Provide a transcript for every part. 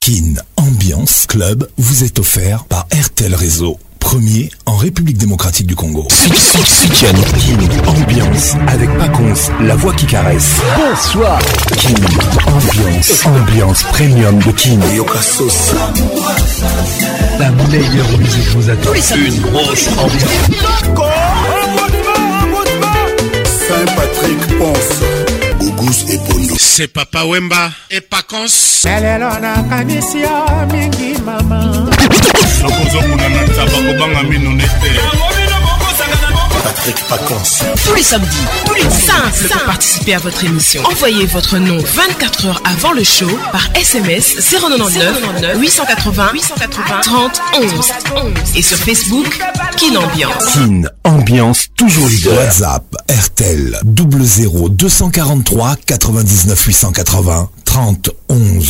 Kin Ambiance Club vous est offert par RTL Réseau. Premier en République démocratique du Congo. Kin Ambiance avec Paconce, la voix qui caresse. Bonsoir. Kin Ambiance premium de Kin. La meilleure musique vous attend. Une grosse ambiance. Saint-Patrick Ponce, Gougous et Pondo. C'est Papa Wemba et Paconce. Patrick Paconce. Tous les samedis, simple pour participer à votre émission. Envoyez votre nom 24 heures avant le show par SMS 099 880 30 11 et sur Facebook Kin Ambiance. Kin Ambiance toujours leader. WhatsApp RTL 00 243 99 880 30 11.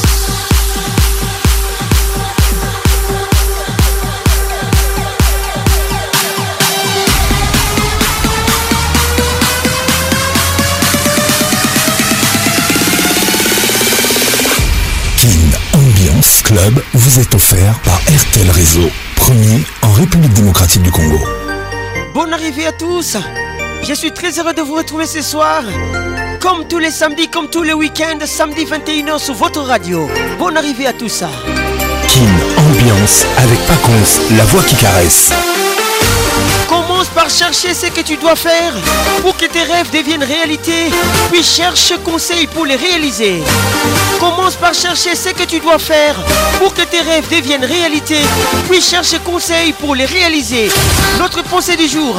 Ambiance Club vous est offert par RTL Réseau, premier en République démocratique du Congo. Bonne arrivée à tous. Je suis très heureux de vous retrouver ce soir. Comme tous les samedis, comme tous les week-ends, samedi 21h sur votre radio. Bonne arrivée à tous. Kin Ambiance avec Paconce, la voix qui caresse. Commence par chercher ce que tu dois faire pour que tes rêves deviennent réalité, puis cherche conseil pour les réaliser. Commence par chercher ce que tu dois faire pour que tes rêves deviennent réalité, puis cherche conseil pour les réaliser. Notre pensée du jour.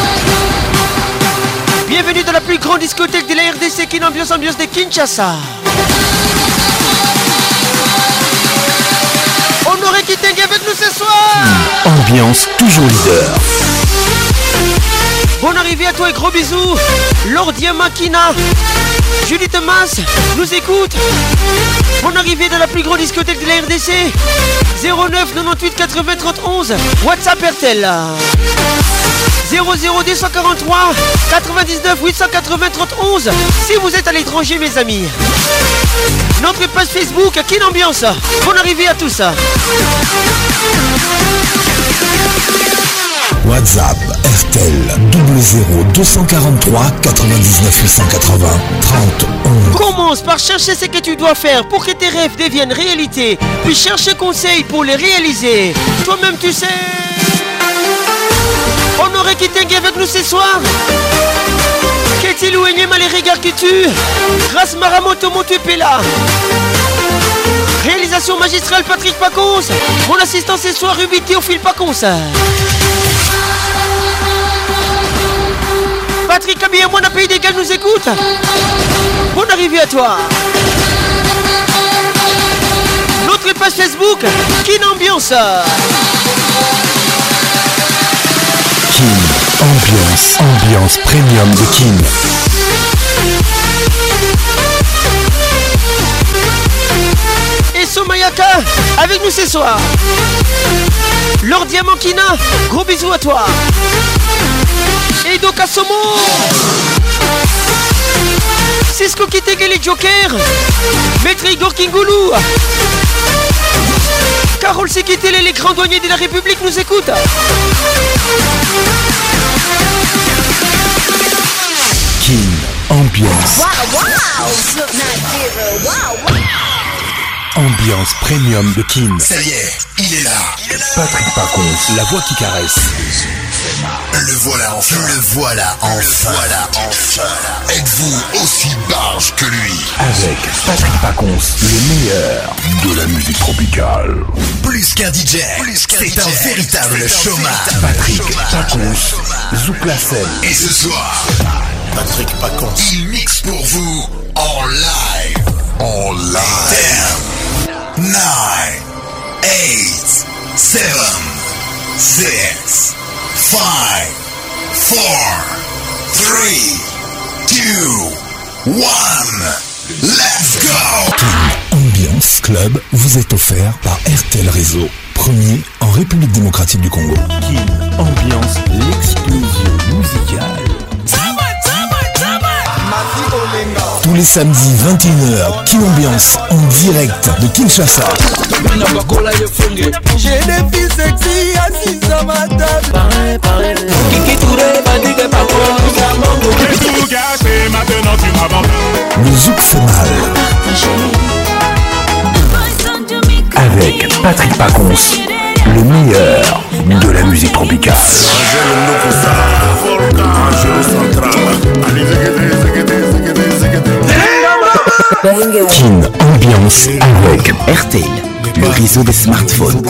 Bienvenue dans la plus grande discothèque de la RDC, Kin Ambiance de Kinshasa. Honoré Kitenge avec nous ce soir. Ambiance toujours leader. Bonne arrivée à toi et gros bisous. Lordien Makina, Judith Mas nous écoute. Bonne arrivée dans la plus grande discothèque de la RDC. 09 98 80 30 11. WhatsApp RTL 00 243 99 880 30 11. Si vous êtes à l'étranger mes amis. Notre page Facebook Kin Ambiance. Bonne arrivée à tous. WhatsApp RTL 00 243 99 880 30 11. Commence par chercher ce que tu dois faire pour que tes rêves deviennent réalité, puis cherche conseil pour les réaliser. Toi-même tu sais. Honoré Kitenge avec nous ce soir. Qu'est-il ou Enyema les regards qui tuent. Grâce Maramoto Motupela. Réalisation magistrale Patrick Paconce. Mon assistant ce soir Ruby Théophile Paconce. Patrick Kabia, moi d'un pays d'égal nous écoute. Bonne arrivée à toi. Notre page Facebook Kin Ambiance. Kin Ambiance premium de Kin. Et Somayaka avec nous ce soir. Lordien Mankina, gros bisous à toi. Edo Kasomo, Cisco Kitege les Jokers, Maître Igor Kingoulou, Carole Sekitele les grands douaniers de la République nous écoutent. Kin Ambiance. Ambiance premium de Kin. Ça y est, il est là. Patrick Paconce, la voix qui caresse. Le voilà enfin. Êtes-vous aussi barge que lui? Avec Patrick Paconce, le meilleur de la musique tropicale. Plus qu'un DJ, c'est un véritable showman. Patrick Paconce, zouk la scène. Et ce soir, Patrick Paconce, il mixe pour vous en live. 10, 9, 8, 7, 6, 5, 4, 3, 2, 1. Let's go! Kin Ambiance Club vous est offert par RTL Réseau, premier en République démocratique du Congo. Kin Ambiance, l'explosion musicale. Tous les samedis 21h, Kin Ambiance en direct de Kinshasa. J'ai des filles sexy assises à ma table. Le zouk fait mal. Avec Patrick Pacons, le meilleur de la musique tropicale. Kin Ambiance avec RTL, le réseau des smartphones.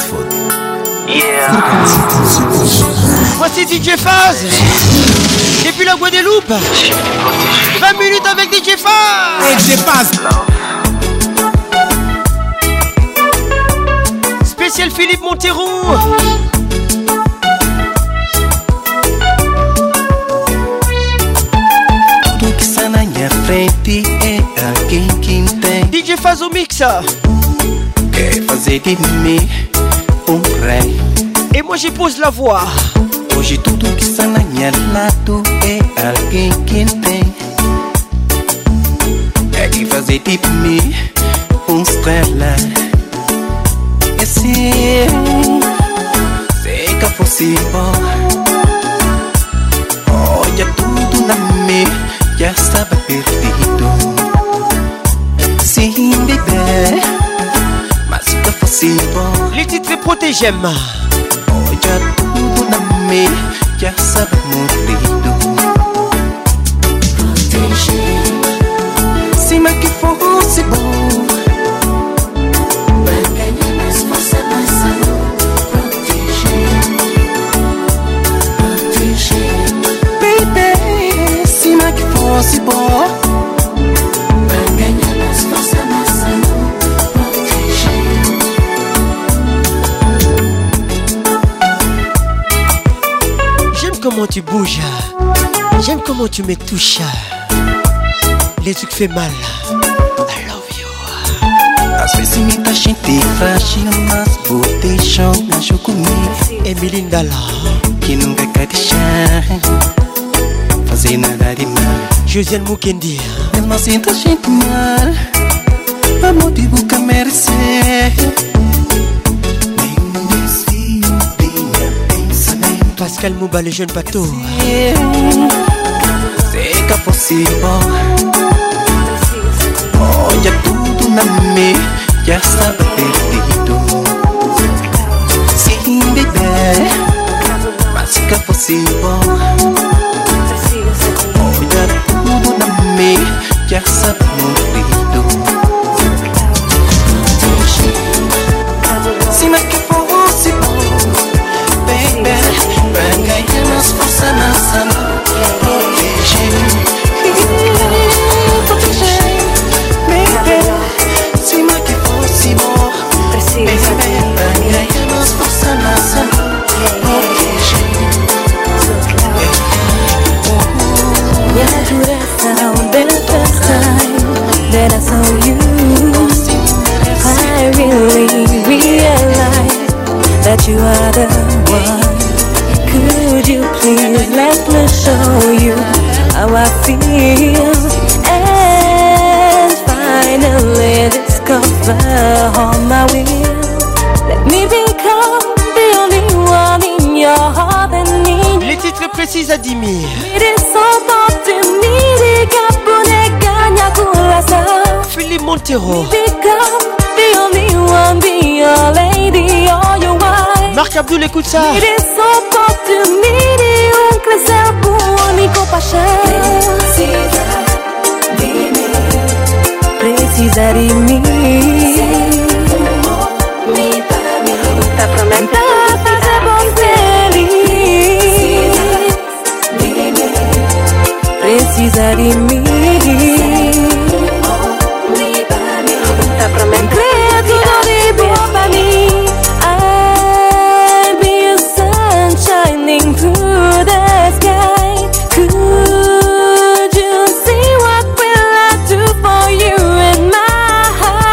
Voici DJ Faz depuis la Guadeloupe. 20 minutes avec DJ Faz. Spécial Philippe Montero. Tudo que está na minha frente é alguém que tem. DJ Faz o mixa. Quer fazer de mim rei. Et moi j'y pose la voix. Hoje tudo que está na minha lado é alguém que tem. Quer que fazer de mim estrela. E se fosse bom, olha tudo na mim, já estava perdido. Sim, bebê, mas se fosse bom. Les titres protégés. Olha tudo na mim, já estava morrido. Se mas que fosse bom. Se bom, vai ganhar mais força, nossa não proteger. J'aime comment tu bouges, j'aime comment tu me touches. Les trucs fait mal. I love you. Às vezes me tá gente frágil, mas botejão acho comigo. Emily Ndala, que nunca quer deixar fazer nada de mal. Josiane Mukendi, mesmo assim tá gente mal, a motivo que merecer. Nenhum desvio tinha pensamento. Pascal Mouba, le jeune bateau. Se que fosse bom, olha tudo na mim, já estava perdido. Sim, bebê, mas se que fosse bom. Já sabe morrido. Se mas que fosse bom, baby, pra ganhar mais força nessa noite. Proteger, baby. Se mas que fosse bom, baby, pra ganhar mais força nessa noite. That I saw you, I really realize that you are the one. Could you please let me show you how I feel and finally discover all my will. Let me become the only one in your heart and need. Les titres précis à 10 000. It is so hard to me to Philippe Montero, become the only one, be your lady or your wife. Marc Abdoul, écoute ça. It is so hard to me to crescer por único paixão. Precisa de mim. Tá prometendo fazer bom feliz. Precisa de mim. Tá prometendo tudo de bom pra mim. I'll be a sun shining through the sky. Could you see what will I do for you in my heart?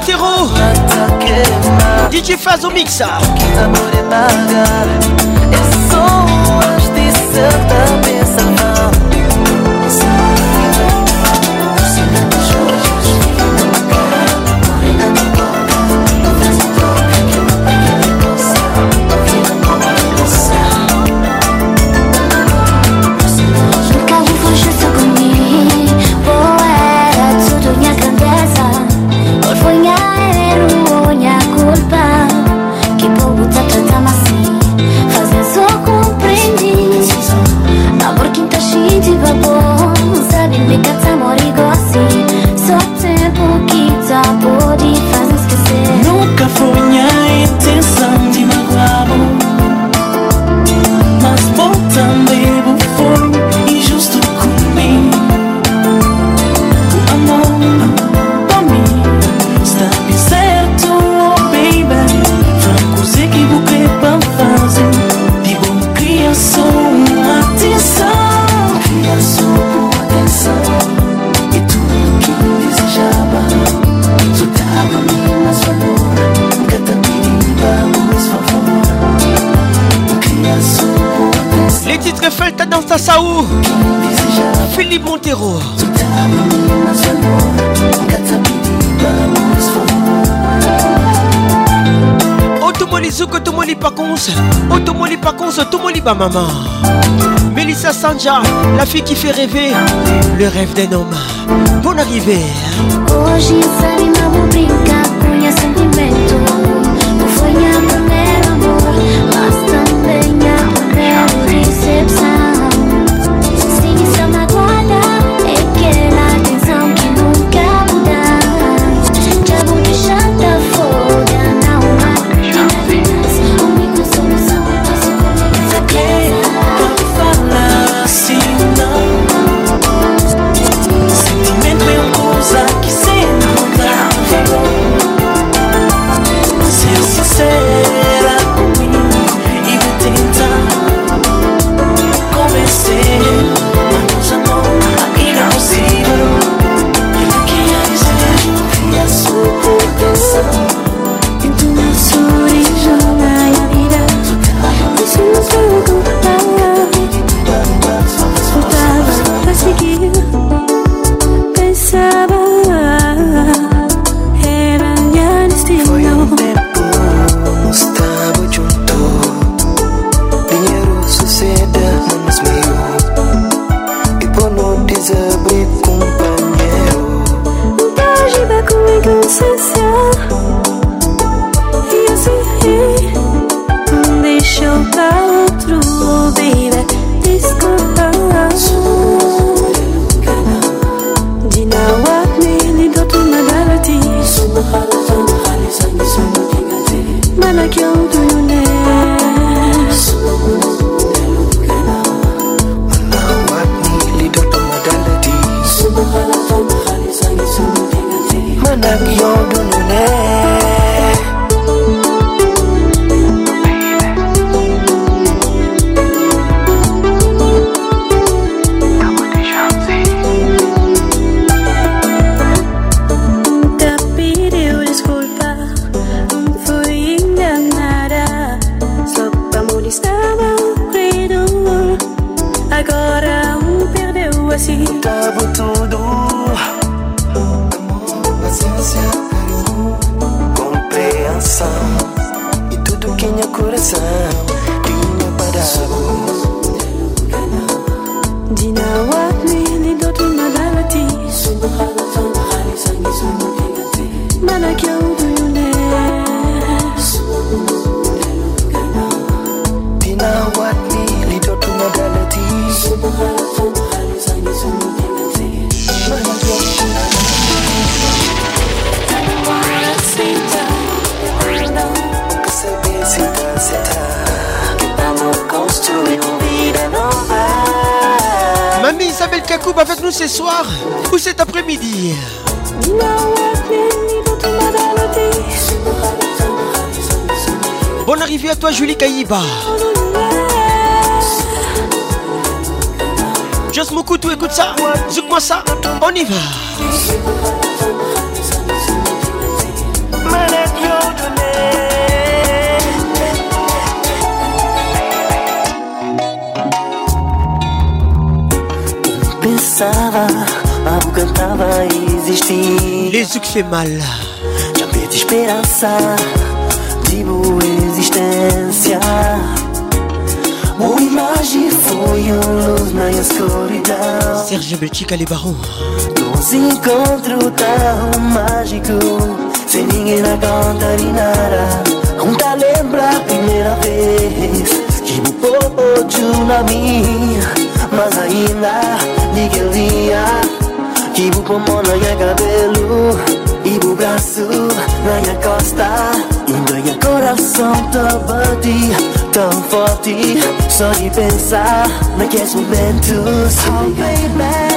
Montero, DJ Faz o Mixa. Pessoas de certa pensação. Nunca foi minha intenção de magoá-lo, mas bom também foi injusto comigo. O amor pra mim está bem certo, oh baby. Francos equivoquei pra fazer de bom criação, atenção com atenção. E tudo que desejava só tava menos valor. Nunca te pedimos favor. Criação com atenção. Les titres Felta dans ta Saou, Philippe Montero. Só tava menos valor. Nunca te pedimos favor. Otomoli Zouk, Otomoli Pacons, Otomoli Pacons, Otomoli ba maman. Melissa Sanja, la fille qui fait rêver, le rêve d'un homme. Bonne arrivée. Hoje sabe mal vou brincar com minha sentimento. Não foi minha primeiro amor, mas também minha primeira decepção. Sim, está magoada, é aquela tensão que nunca muda. Já vou deixar da folga, não há apenas única solução. Posso começar a Pode falar assim, não. Sentimento é uma coisa que sempre dá valor. Ser sincera comigo e vou tentar convencer, mas amor ainda é possível. Eu queria dizer que a sua proteção e do nosso origem na vida. Isso não foi o que faltava pra seguir. Pensava era minha destino. Foi tempo, estava junto. Dinheiro sucede nos meio. E por não desabrir companheiro. Hoje vai com inconsciência. E assim deixou pra outro, baby. Desculpa. Do not want me, need to modality. Mana que eu do assim. Tava tudo, amor, paciência, carinho, compreensão e tudo que meu coração tinha parado. Dinawatni ni dotu madalati mana kya udune Dinawatni ni dotu madalati Mamie Isabelle Kakoub avec nous ce soir ou cet après-midi. Bonne arrivée à toi Julie Kaïba. Just Moukoutou, écoute ça, zouk-moi ça, on y va. pensava, a boca tava a existir. Les yeux que fait mal. Já perdi esperança de boa existência. Uma imagem foi luz na escuridão. Serge Belchica, les barons. Nos encontros tão mágico, sem ninguém na conta de nada. Nunca lembra a primeira vez que me pôde na minha, mas ainda ninguém via. Que o pulmão na minha cabelo e o braço na minha costa. E meu coração tão bate, tão forte, só de pensar naqueles momentos. Oh baby,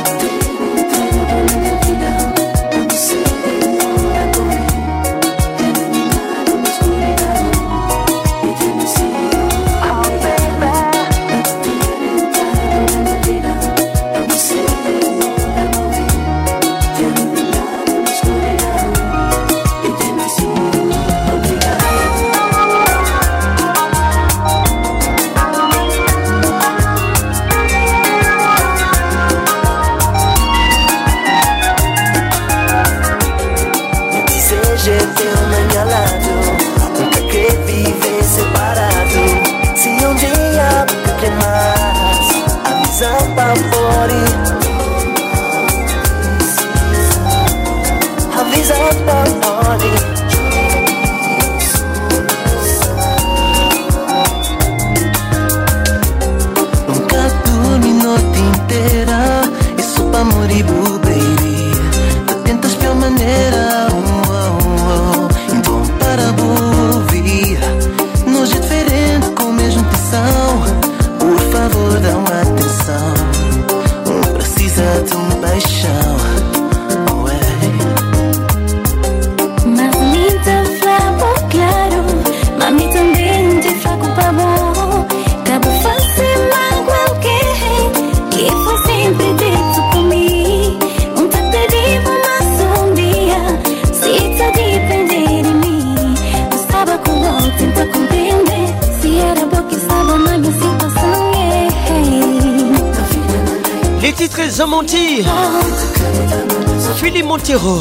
Zamonti, Philippe Montero.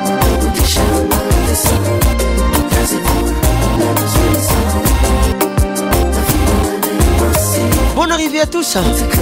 Bonne arrivée à tous.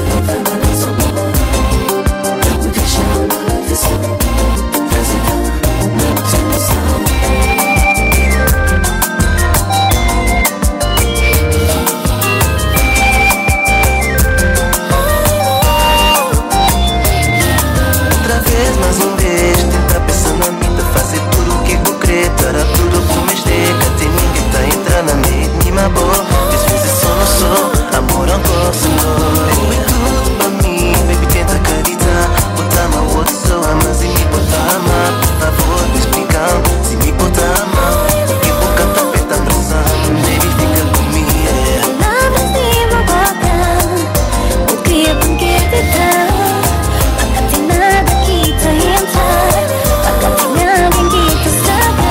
Para tudo como esteca, tem ninguém tá entrando na minha boa. Desfiz só não sou, amor não posso. É tudo pra mim, baby, tenta acreditar. Botar uma outra pessoa, mas e me botar amar. Por favor, me explicar, se me botar amar. Porque boca tá apertando pressão, baby, fica comigo, yeah. Nada se me bota, o que é com que te dá. Nunca tem nada que te entrar, nunca tem nada que te saber.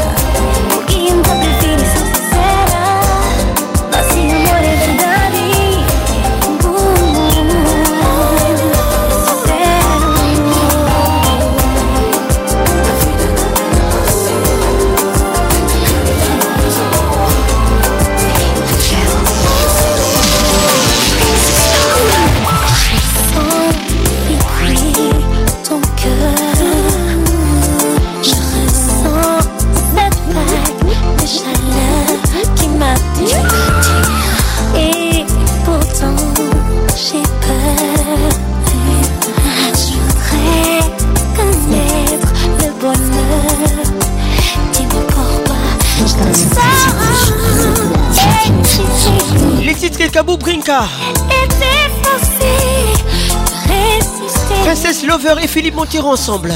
Les titres et Kabou Brinka, Princesse Lover et Philippe Montero ensemble.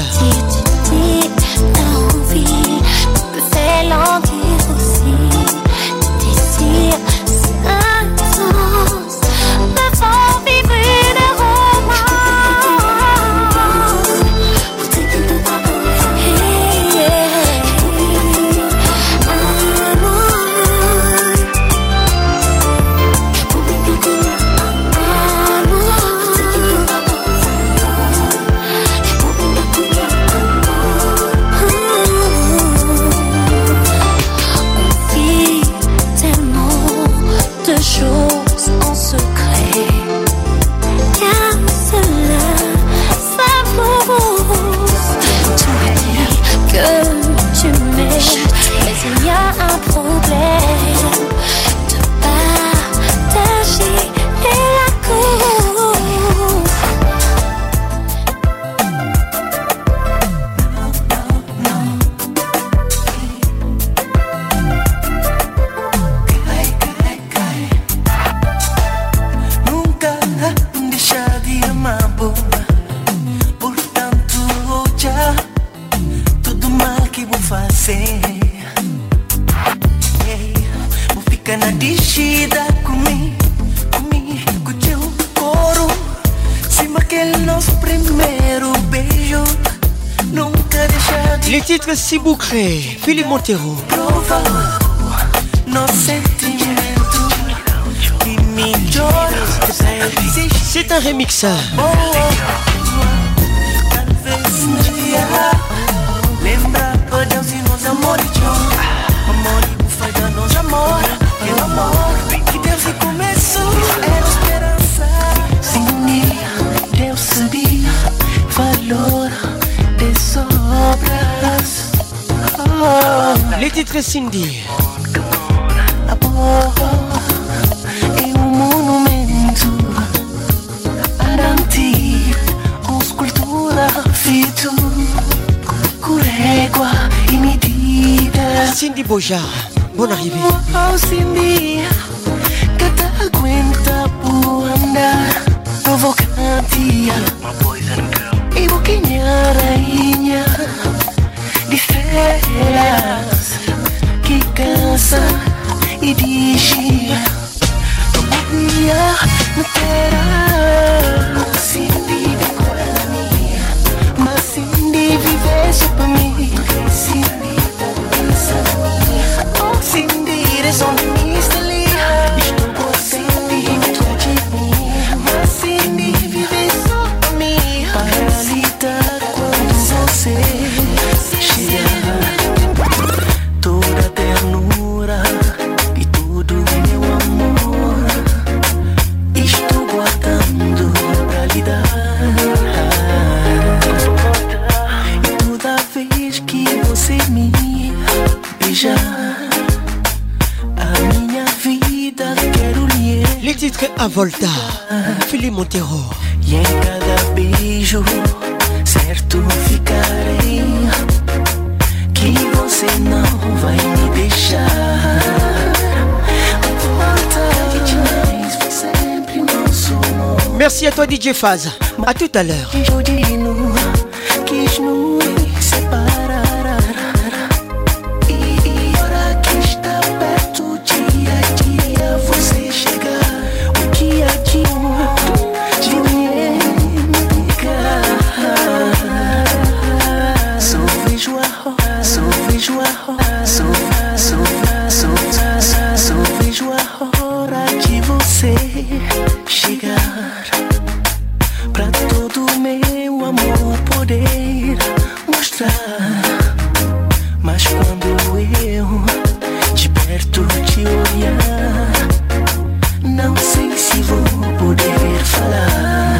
fica na descida comigo, com teu coro. Cima aquele nosso primeiro beijo. Nunca deixa de. Les titres si bouclés, Philippe Montero. Prova nosso sentimento e melhores. C'est un remix. Talvez um dia lembra para Deus e nos amores. Amor e bufa nos amor. E o amor que Deus e começou era esperança. Sim, Deus sabia valor das obras. Les titres Cindy. Amor é monumento garantir escultura feito com régua e medida. Cindy Bojar, bonne arrivée. Oh, Cindy, que te aguenta por andar provocante e boquinha rainha de estrelas que cansa e diz não podia me terá. Cindy decola minha, mas Cindy vive só pra mim. Cindy pensa minha, oh Cindy raison de mim está ali. Estou com Cindy dentro de mim, mas Cindy vive só pra mim. Parasita quando você chega, toda ternura e tudo meu amor estou guardando pra lhe dar. E toda vez que você me beijar, a minha vida quero lhe. Les titres à Volta, Philippe Montero. E em cada beijo certo ficarei que você não vai me deixar. Merci à toi DJ Faz. À tout à l'heure. Quis nos separar e agora que está perto dia a dia você chegar. O que adianta de me ligar? Só vejo a hora, só vejo a hora, só vejo a hora de você chegar, pra todo meu amor poder mostrar. Mas quando eu de perto te olhar, não sei se vou poder falar.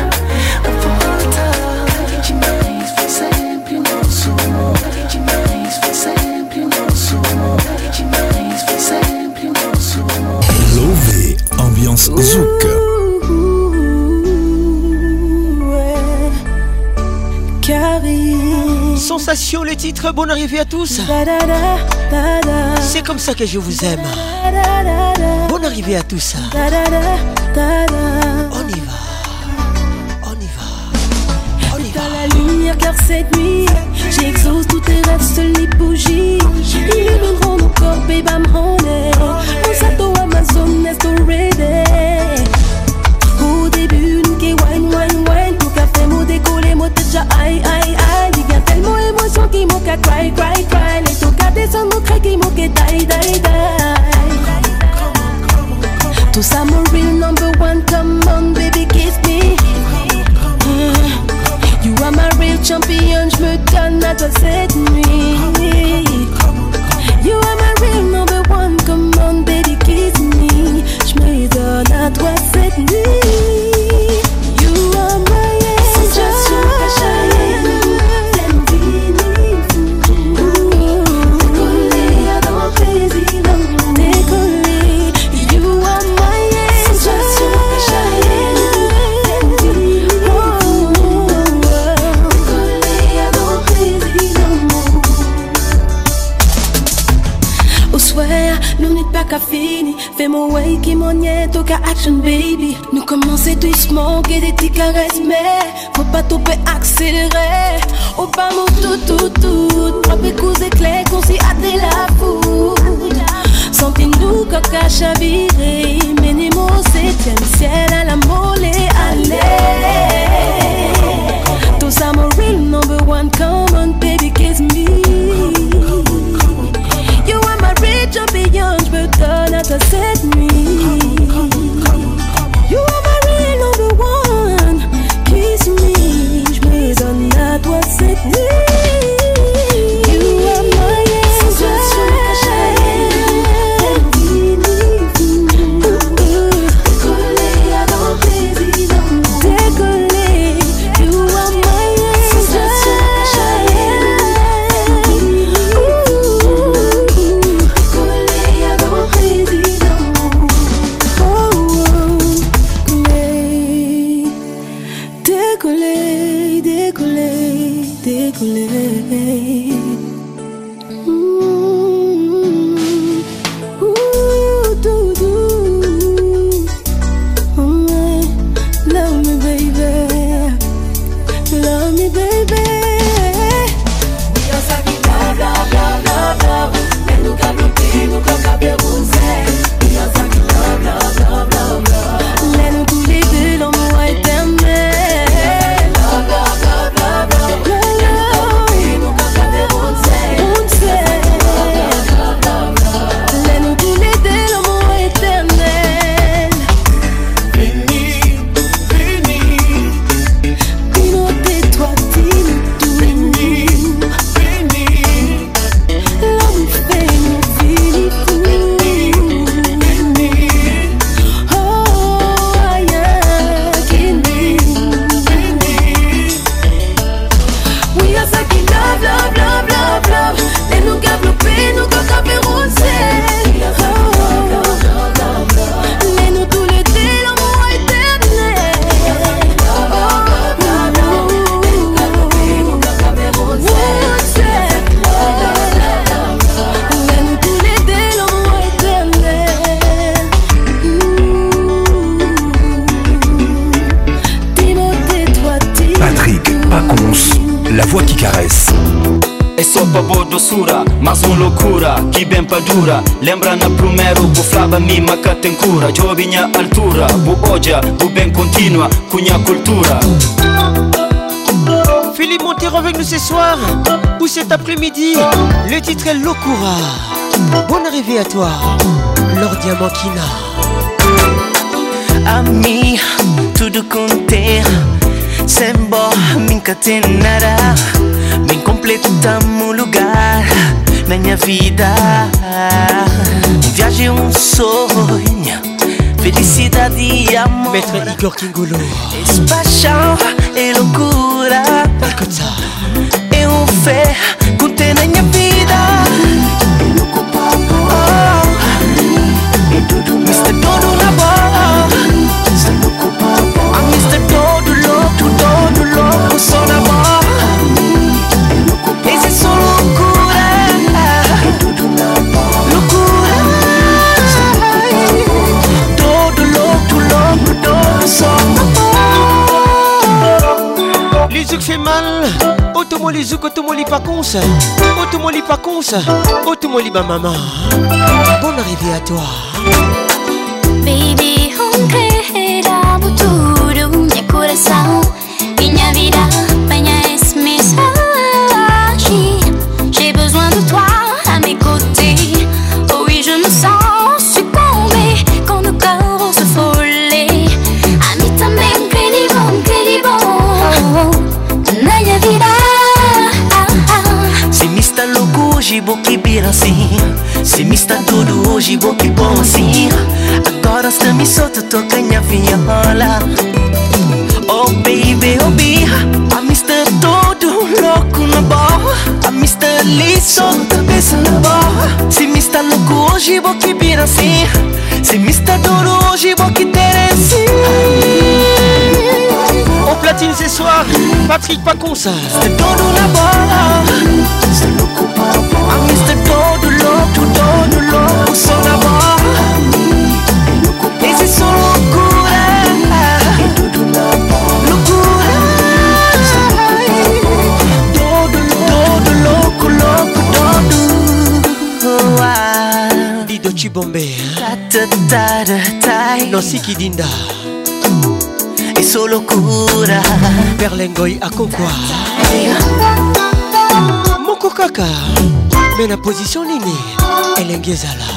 Volta demais, foi sempre nosso amor. Demais, foi sempre nosso amor. Demais, foi sempre nosso amor. Lové, ambiance zouk. Sensation, le titre, bonne arrivée à tous. C'est comme ça que je vous aime. Bonne arrivée à tous. On y va. On y va. On y va. Dans la lumière car cette nuit j'exauce tous tes rêves, seuls les bougies illumineront nos corps, babe I'm honey. On s'attend à ma zone, est ready. Au début, nous qui wine. Tout café, moi décollé, moi t'es déjà aïe. Il y a tellement d'émotions qui m'ont qu'à cry. Les tout cas descendent, mon crack qui m'ont qu'à die. Tout ça, mon real number one, come on baby, kiss me. You are my real champion, j'me donne à toi cette nuit. You are my real number one, come on baby, kiss me. J'me donne à toi cette nuit. You are my sensation cachée. Décollé à ton président. Décollé. You are my sensation cachée. Nous n'est pas qu'à fini. Fais-moi way qui m'en est au cas action baby. Nous commençons doucement que des petites caresses, mais faut pas topper accélérer. Au bas mon tout. Trois coups éclairs qu'on s'y hâte la foule. Sentez-nous quand qu'à chavirer. Menez-moi au 7e ciel à la mollet, allez. Tout ça, mon real number one, come on baby, kiss me. You are my rich or beyond, but not to set me. You are my real number one, kiss me. Je donne à toi cette nuit. You are my angel. La voix qui caresse. É só pra boa doçura, mas loucura que bem pra dura. Lembra na primeiro, bu flaba mima que tem cura. Jovinha altura, bu odia, bu bem continua, cunha cultura. Philippe Montero avec nous ce soir ou cet après-midi. Le titre est Locura. Bonne arrivée à toi, Lord Diamantina. Ami, tudo conter. Sembo, me encatenará. Bem completo tamo lugar na minha vida. Viagem sonho, felicidade e amor. Maître Igor Kingolo. Paixão e loucura. É fé contém na minha vida. Mr. Todo na boa. Mr. Todo louco, só na boa. Esse é só loucura. Loucura. Todo louco, só na boa. Les zouk fait mal. Otomo les zouk, otomo les pacons. Otomo les pacons. Otomo les maman. Bonne arrivée à toi. Baby, honra futuro, meu coração, minha vida, minha mensagem. J'ai besoin de toi à mes côtés. Oh oui, je me sens succomber quand nos corps se frôler. Ami também, incrível, minha vida. Se me está louco hoje, vou que vira assim. Se me está tudo hoje, vou que bom assim. Agora está me solto, toca minha viola. Oh baby, oh be. A me está todo louco na boa. A me está ali solto, cabeça na boa. Se me está louco hoje, vou que vira assim. Se me está duro hoje, vou que ter assim. Au platine ce soir, Patrick Pacons. Está todo na boa. A me está todo louco, só na boa. Esse é só loucura. Loucura. Todo louco, todo. Lido Bombay, Nancy Kidinda e solo cura Berlengoi Akokwa Moko Kaka Mena position nini Elengezala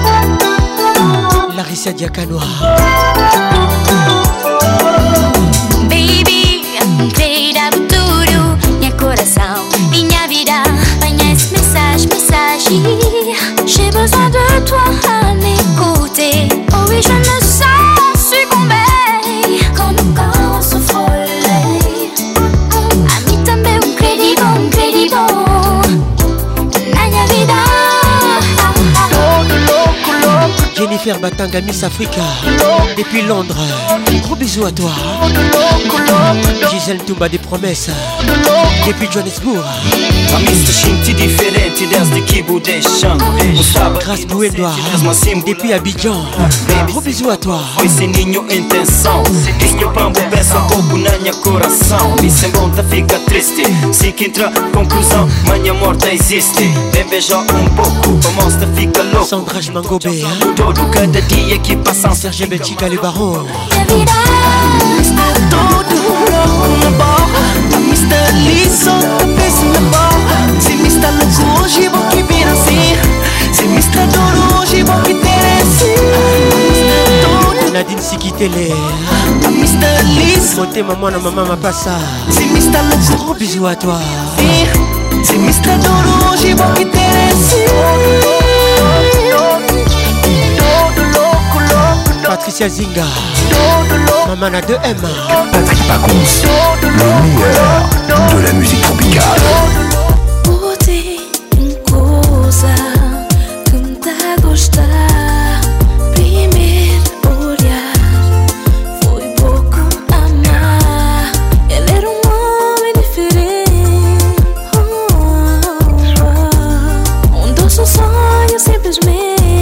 Larissa Diakanoa Baby, te dá tudo, minha coração, minha vida. Venha esse message. J'ai besoin de toi à m'écouter. Oh oui, je me sens succomber quand mon corps se frôle. Ami também credible, na minha vida. Jennifer Batanga, Miss Africa, depuis Londres. Gros bisous à toi. Gisèle Toumba des promesses, depuis Johannesburg. Mr. Shinti diferente desde que deixam. Grâce Bouendoa, depuis Abidjan. Gros bisous à toi. Foi sem nenhuma intenção. Este pambo pensa pouco na minha coração. Me sem volta fica triste. Se que entra conclusão, manhã morta existe. Vem beijar pouco, pra mostra fica louco. Sandrage Mangobé, todo cada dia que passa. Serge Belchica, le baron. Todo louco na boca, a Mr. Liso, cabeça na boca. Se me está louco hoje, vou que vir assim. Se me está duro hoje, vou que ter assim. Nadine Sikitele, a Mr. Liso. Monté maman, maman m'a pas ça. Se me está louco, gros bisous à toi. Se me está duro hoje, vou que ter assim. Patricia Zinga, maman a 2M. Patrick Pacons, le meilleur de la musique tropicale. Tem coisa que me tá a gostar. Primeiro olhar foi pouco amar. Ele era homem diferente. Doce sonho simplesmente.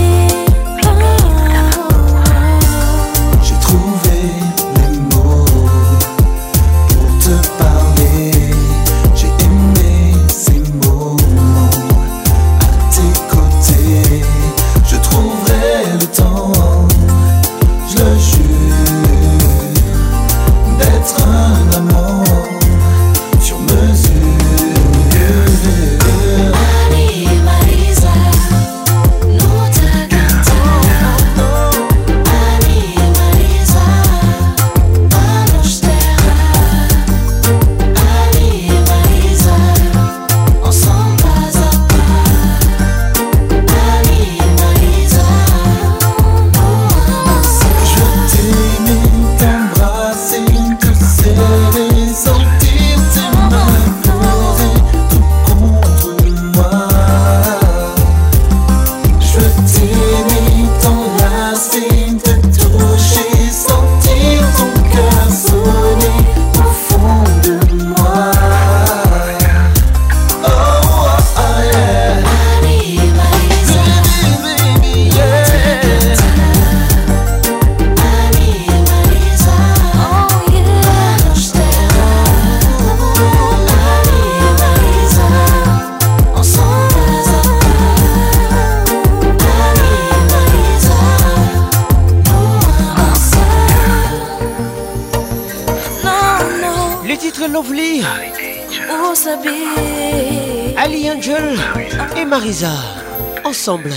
Ali Angel et Marisa ensemble.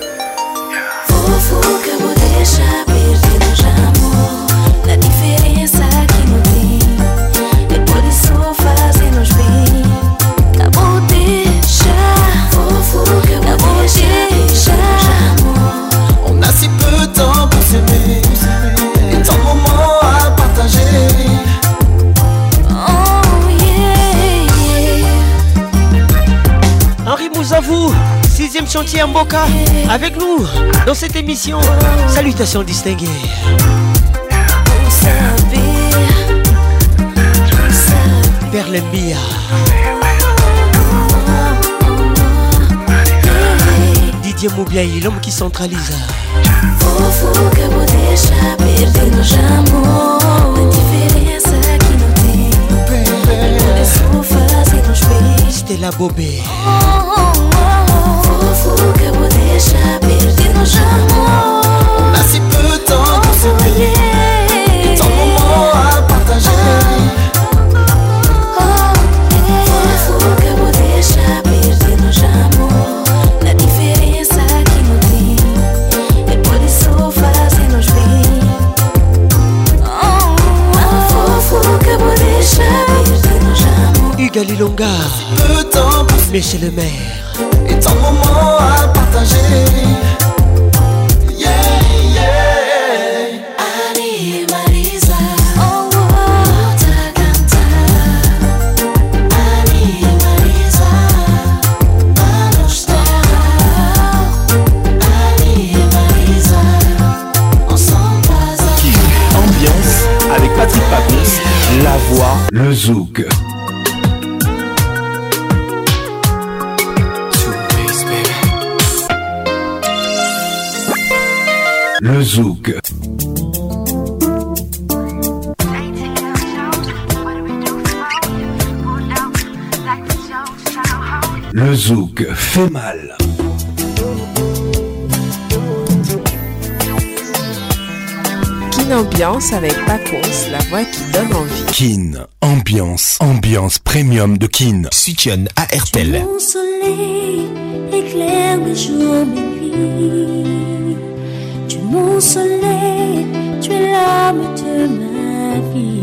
Fofoca vou deixar perdido já amor. Na diferença que não tem. É por isso fazemos bem. Acabou deixar. Fofoca vou deixar já amor. On a si peu de temps pour s'aimer. Et tant de moments à partager. Henri Mouzavou, 6e chantier en Mboka, avec nous dans cette émission. Salutations distinguées. Berlembia, Didier Moubiaï, l'homme qui centralise. Fofoca vou deixar perdido já amor. A diferença que não tem. Por isso fazemos bem. Stella Bobé. Fofoca vou deixar perdido já amor. Magali Longa, Michel le maire. Et ton moment à partager. Avec Patrick Pacons, la voix, le zouk. Le zouk. Le zouk fait mal. Kin Ambiance avec Pacons, la voix qui donne envie. Kin Ambiance, ambiance premium de Kin. Soutient à RTL. Mon soleil éclaire mes jours, mes nuits. Tu es mon soleil, tu es l'âme de ma vie.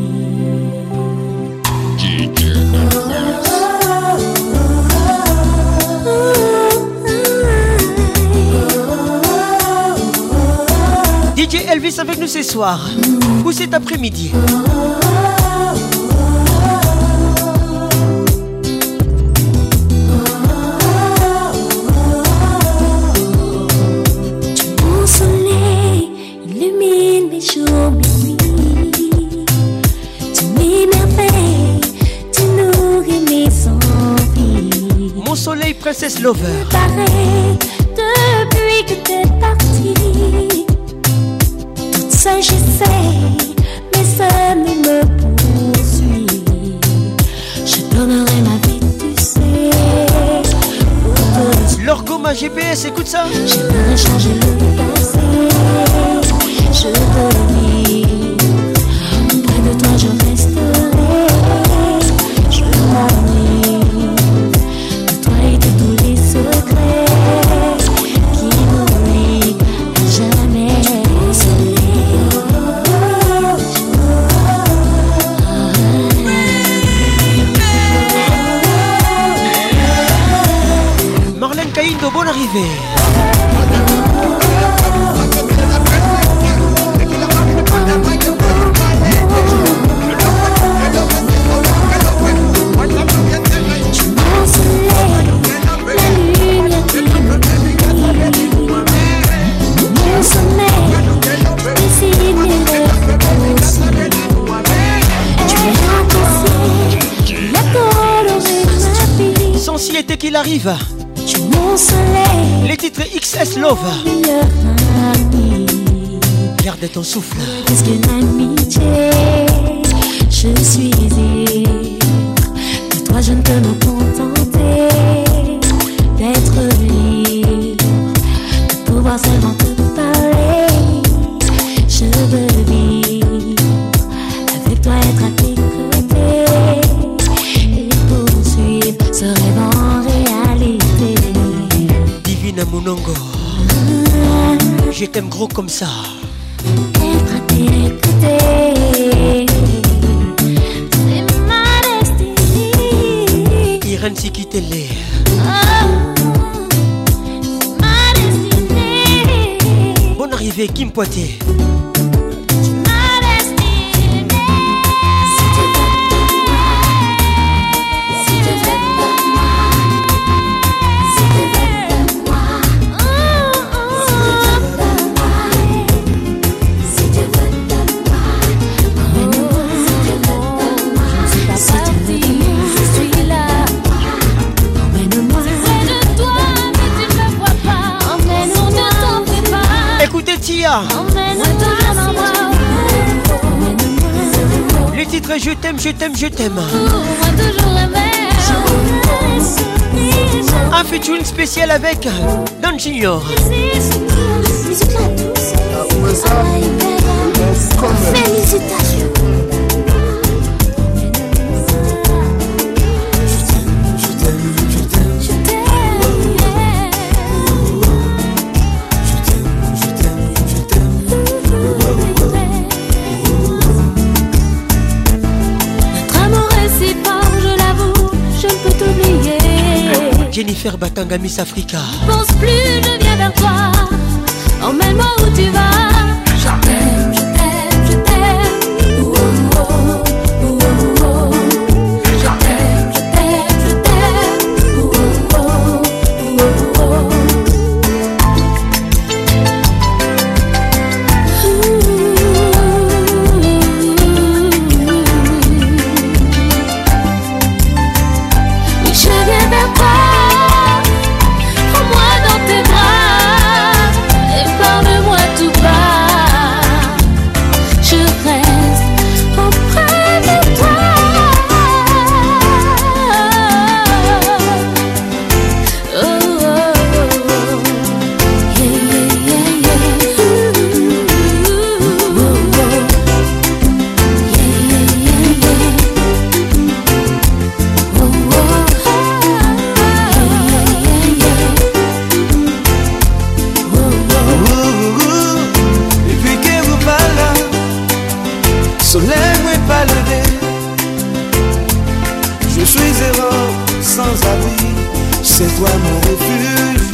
DJ Elvis avec nous ce soir ou cet après-midi. Mon soleil illumine mes jours, mes nuits. Tu m'émerveilles, tu nourris mes envies. Mon soleil, Princesse Lover. Pareil, depuis que t'es parti. Toute seule j'essaie, mais ça ne me poursuit. Je donnerai ma vie, tu sais. L'orgo, ma GPS, écoute ça. J'aimerais changer le passé. Je veux vivre. Près de toi je resterai. Je m'ennuie de toi et de tous les secrets qui m'oublient à jamais. Marlène Caïndo, bonne arrivée. Sensibilité qu'il arrive. Les titres XS Love. Garde ton souffle. Parce que l'amitié, je suis ivre. De toi je ne peux me contenter. D'être libre, de pouvoir seulement te parler. Je veux vivre avec toi, être à tes côtés et poursuivre ce rêve en réalité. Divine Munongo, je t'aime gros comme ça. Être à tes côtés, c'est ma destinée. Irène Sikitele. Bonne arrivée, Kim Poitier. Écoutez Tia. Les titres je t'aime, je t'aime, je t'aime. Un featuring spécial avec Don Junior. Félicitations. Jennifer Batanga, Miss Africa. Pense plus, je viens vers toi. Emmène-moi où tu vas. Je t'aime, je t'aime, je t'aime. Oh, oh, oh, oh, oh, oh. Je t'aime, je t'aime, je t'aime. Oh, oh, oh, oh, oh, oh. Oui, je viens vers toi. Prends-moi dans tes bras et parle-moi tout bas. Je reste auprès de toi. Oh, oh, oh. Yeah, yeah, yeah, yeah. Ooh, oh, oh. Yeah, yeah, yeah, yeah. Oh, oh. Depuis que vous parlez, soleil n'est pas levé. Je suis errant, sans abri, c'est toi mon refuge.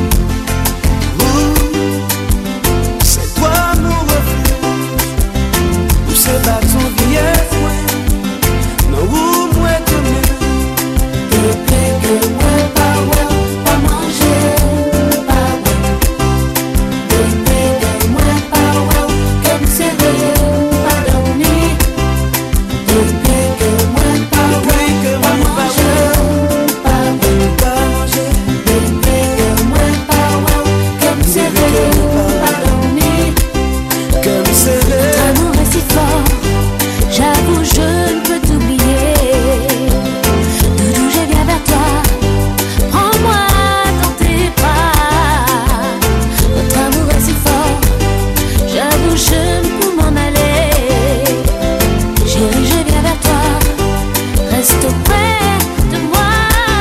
C'est toi mon refuge. Où c'est pas ton vieil non où moi te mets. Depuis que moi pas manger, pas depuis que moi pas comme c'est vrai, pas dormir. Depuis que moi pas manger, pas manger. Depuis que moi pas comme c'est vrai, pas dormir. Comme c'est vrai. Ton amour est si fort, j'avoue je ne peux t'oublier. Doudou, je viens vers toi, prends-moi dans tes bras. Notre amour est si fort, j'avoue je ne peux m'en aller. Chérie, je viens vers toi, reste auprès de moi.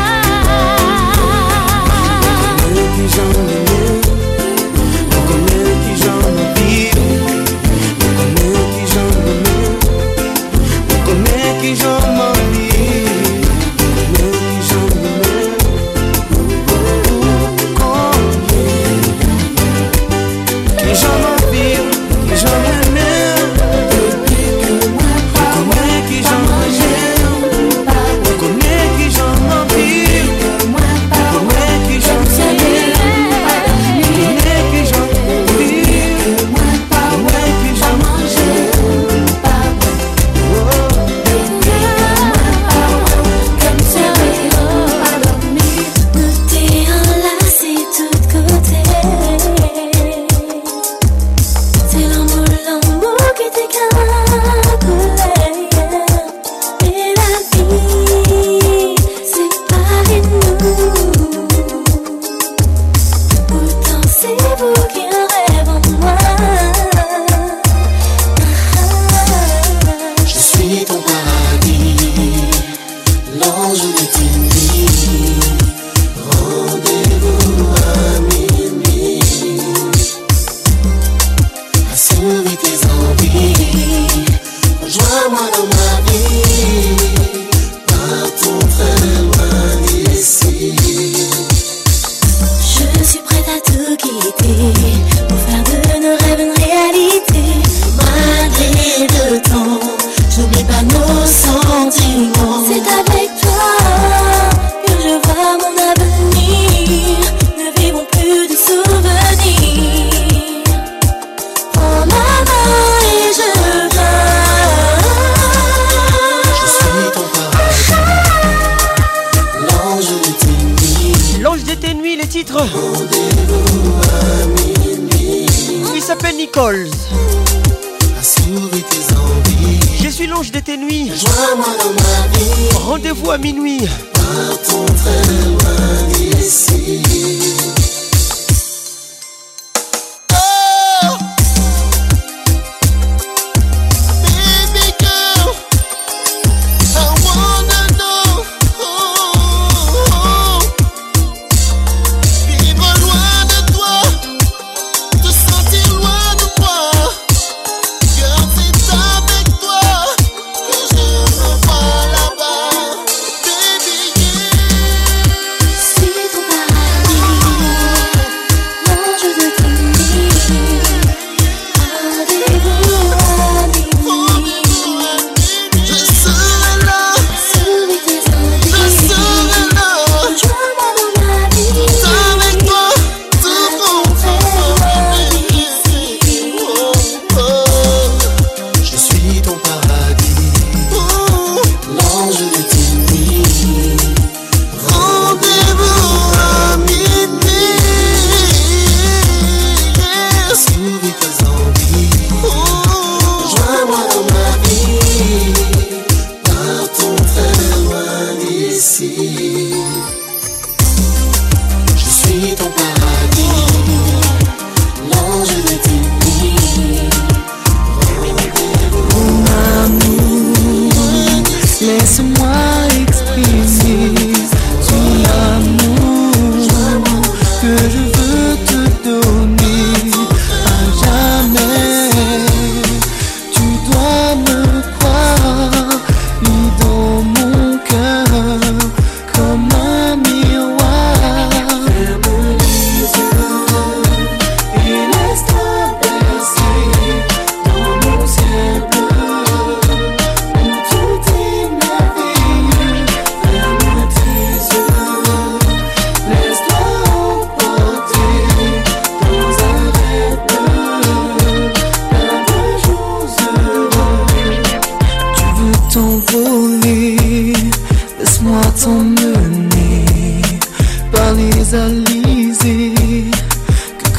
Qui j'en ai, on connaît qui j'en ai, on connaît qui j'en ai, on connaît qui j'en ai, qui j'en ai, qui j'en ai, depuis que moi pas connaît qui j'en ai, on connaît qui j'en ai, moi pas connaît qui j'en ai. Il s'appelle Nichols. Je suis l'ange de tes nuits. Rendez-vous à minuit. Partons très loin d'ici. Si ton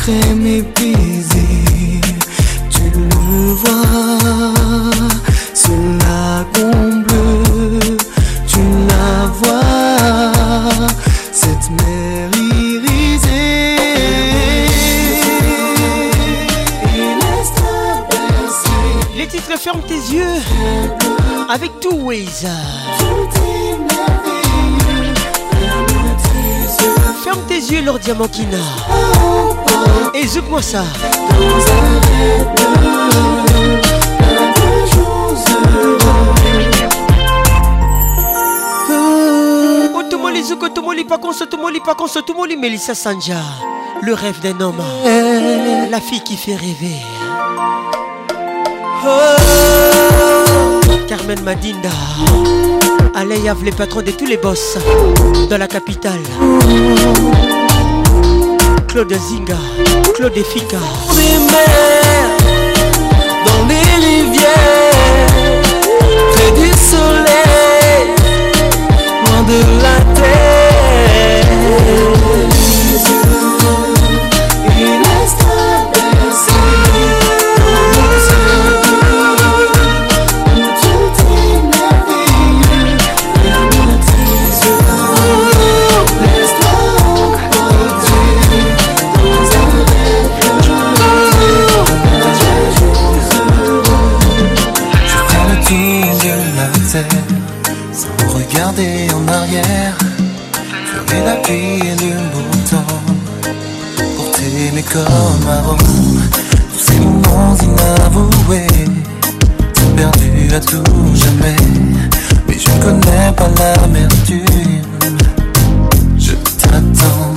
après mes baisers, tu le vois sur la comble, tu la vois, cette mer irisée. Les titres Ferme tes yeux avec Two Ways. Ferme tes yeux, Lord Diamantina. Et zouk-moi ça. Otomoli zouk, otomoli pakons, otomoli pakons, otomoli Melissa Sanja. Le rêve d'un homme. La fille qui fait rêver. Carmen Madinda. Alain les patrons de tous les boss dans la capitale. Claude Zinga, Claude Fika. Dans les mers, dans les rivières, près du soleil, loin de la terre. Il reste à bercer. Sans regarder en arrière, fleurer la pluie et le beau temps, pour t'aimer comme avant. Tous ces moments inavoués sont perdus à tout jamais, mais je ne connais pas l'amertume. Je t'attends.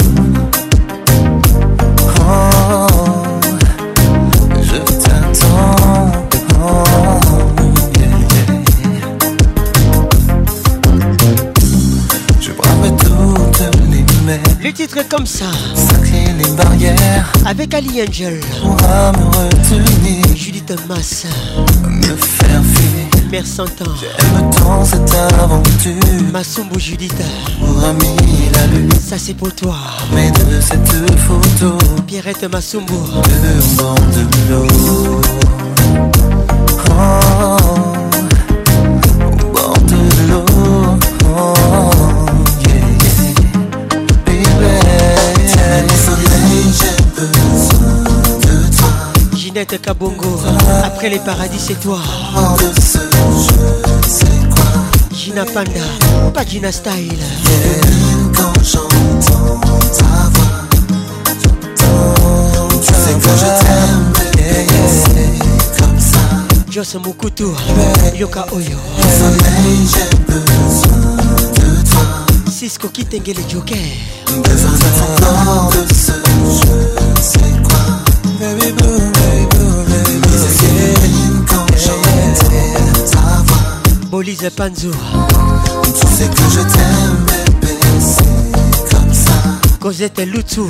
Oh, je t'attends. Oh. Les titres comme ça, sacrer les barrières, avec Ali Angel, pourra me retenir, Judith Massa, me faire fuir. Mère Santan, j'aime tant cette aventure. Massombo Judith, pour ami la lune, ça c'est pour toi. Mais de cette photo, Pierrette Massombo, au bord de l'eau. Oh, au bord de l'eau. Oh. Ginette Kabongo, après les paradis c'est toi. Gina Panda, pas Gina Style. Quand j'entends ta voix, tu sais que je t'aime, comme ça. Joss Mukutu, Yoka Oyo. J'ai besoin de toi. Cisco Kitenge le Joker. Besoin de ton corps, de ce je sais quoi. Baby boo, baby boo, baby boo. C'est quand j'entends ta voix. Bolise Panzo. Tu sais que je t'aime, bébé, c'est comme ça. Cosette Lutu.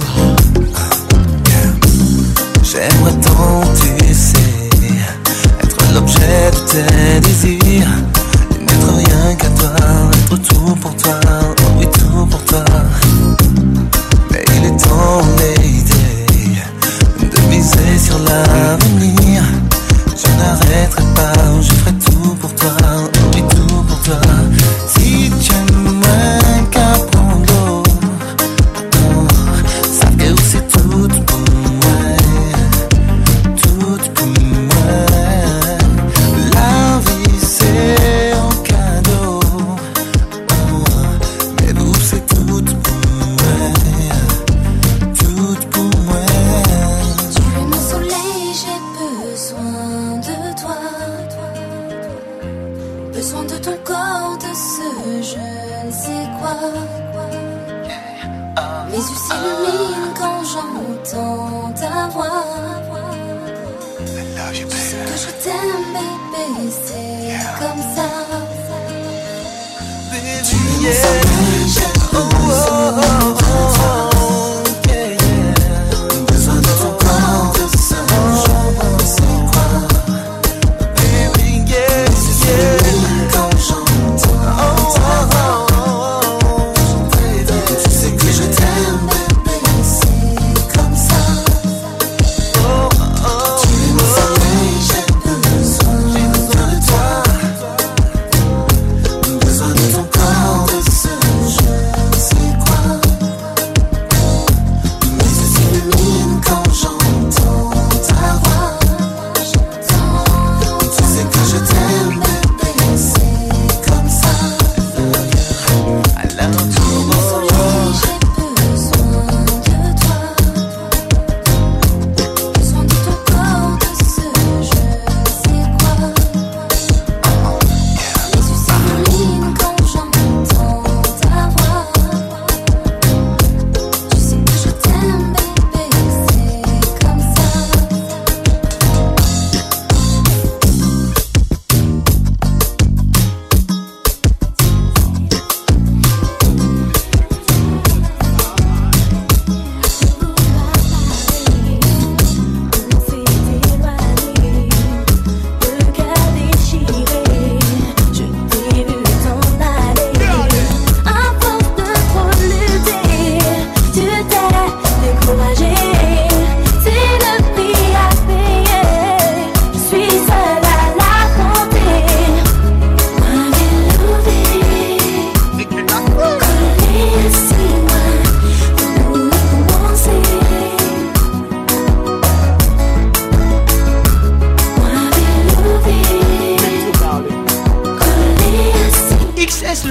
J'aimerais tant, tu sais, être l'objet de tes désirs. N'être rien qu'à toi, être tout pour toi, oh oui tout pour toi. Mais il est temps, lady, de miser sur l'avenir. Je n'arrêterai pas, je ferai tout pour toi, oh oui tout pour toi. Si tu aimes qu'apprendre l'eau, sache que c'est tout pour moi, tout pour moi. La vie c'est un cadeau, mais vous c'est tout pour moi, tout pour moi. Tu es mon soleil, j'ai besoin de toi, besoin de ton corps, de ce je ne sais quoi. Mes yeux s'illuminent quand j'entends ta voix. Je sais que je t'aime, bébé, c'est comme ça. Tu es mon soleil, j'ai besoin de toi, besoin de ton corps, de ce je ne sais quoi. Baby, quand j'entends ta voix, tu sais que je t'aime, bébé, c'est comme ça.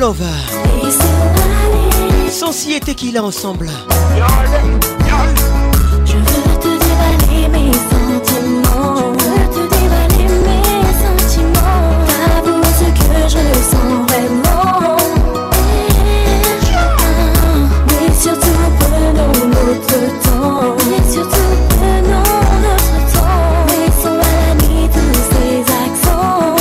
Love. Sensi et Tequila ensemble. Je veux te dévaler mes sentiments. Je veux te dévaler mes sentiments. T'avouer ce que je ressens vraiment. Mais surtout prenons notre temps. Mais surtout prenons notre temps. Laissons à l'ami tous ces accents.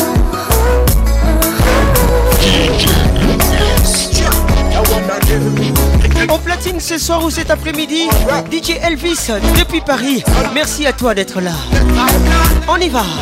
On platine ce soir ou cet après-midi. DJ Elvis depuis Paris. Merci à toi d'être là. On y va.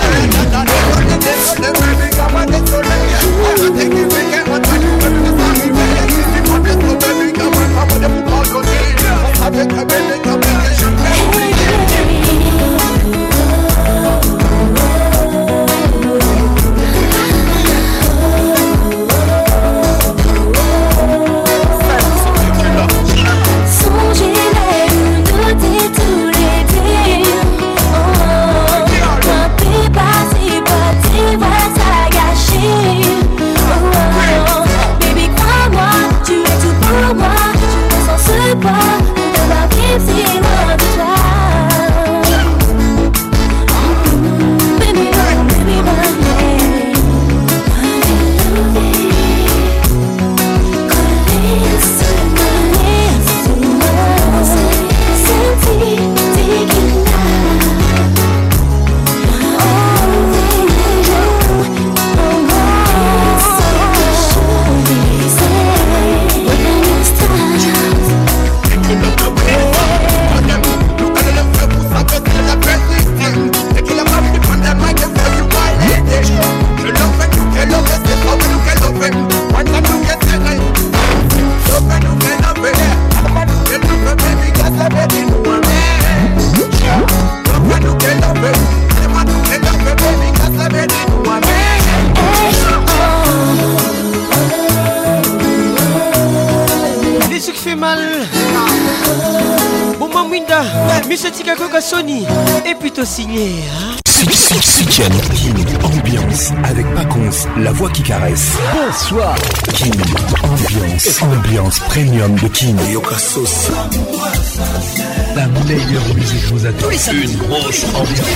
Sony est plutôt signé, hein? Kin, ambiance avec Paconce, la voix qui caresse. Bonsoir. Kin, ambiance premium de Kin. Yokasos. La meilleure musique vous attend. Une grosse ambiance.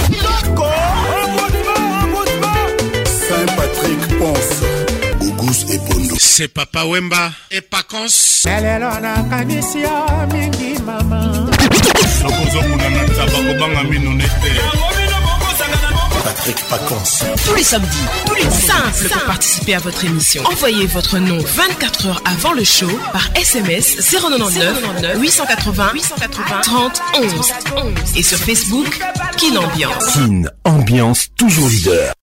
Saint-Patrick Ponce. Gougous et Pondo. C'est Papa Wemba et Paconce. Patrick Paconce. Tous les samedis, simple pour participer à votre émission. Envoyez votre nom 24 heures avant le show par SMS 099 880 30 11 et sur Facebook Kin Ambiance. Kin, ambiance toujours leader.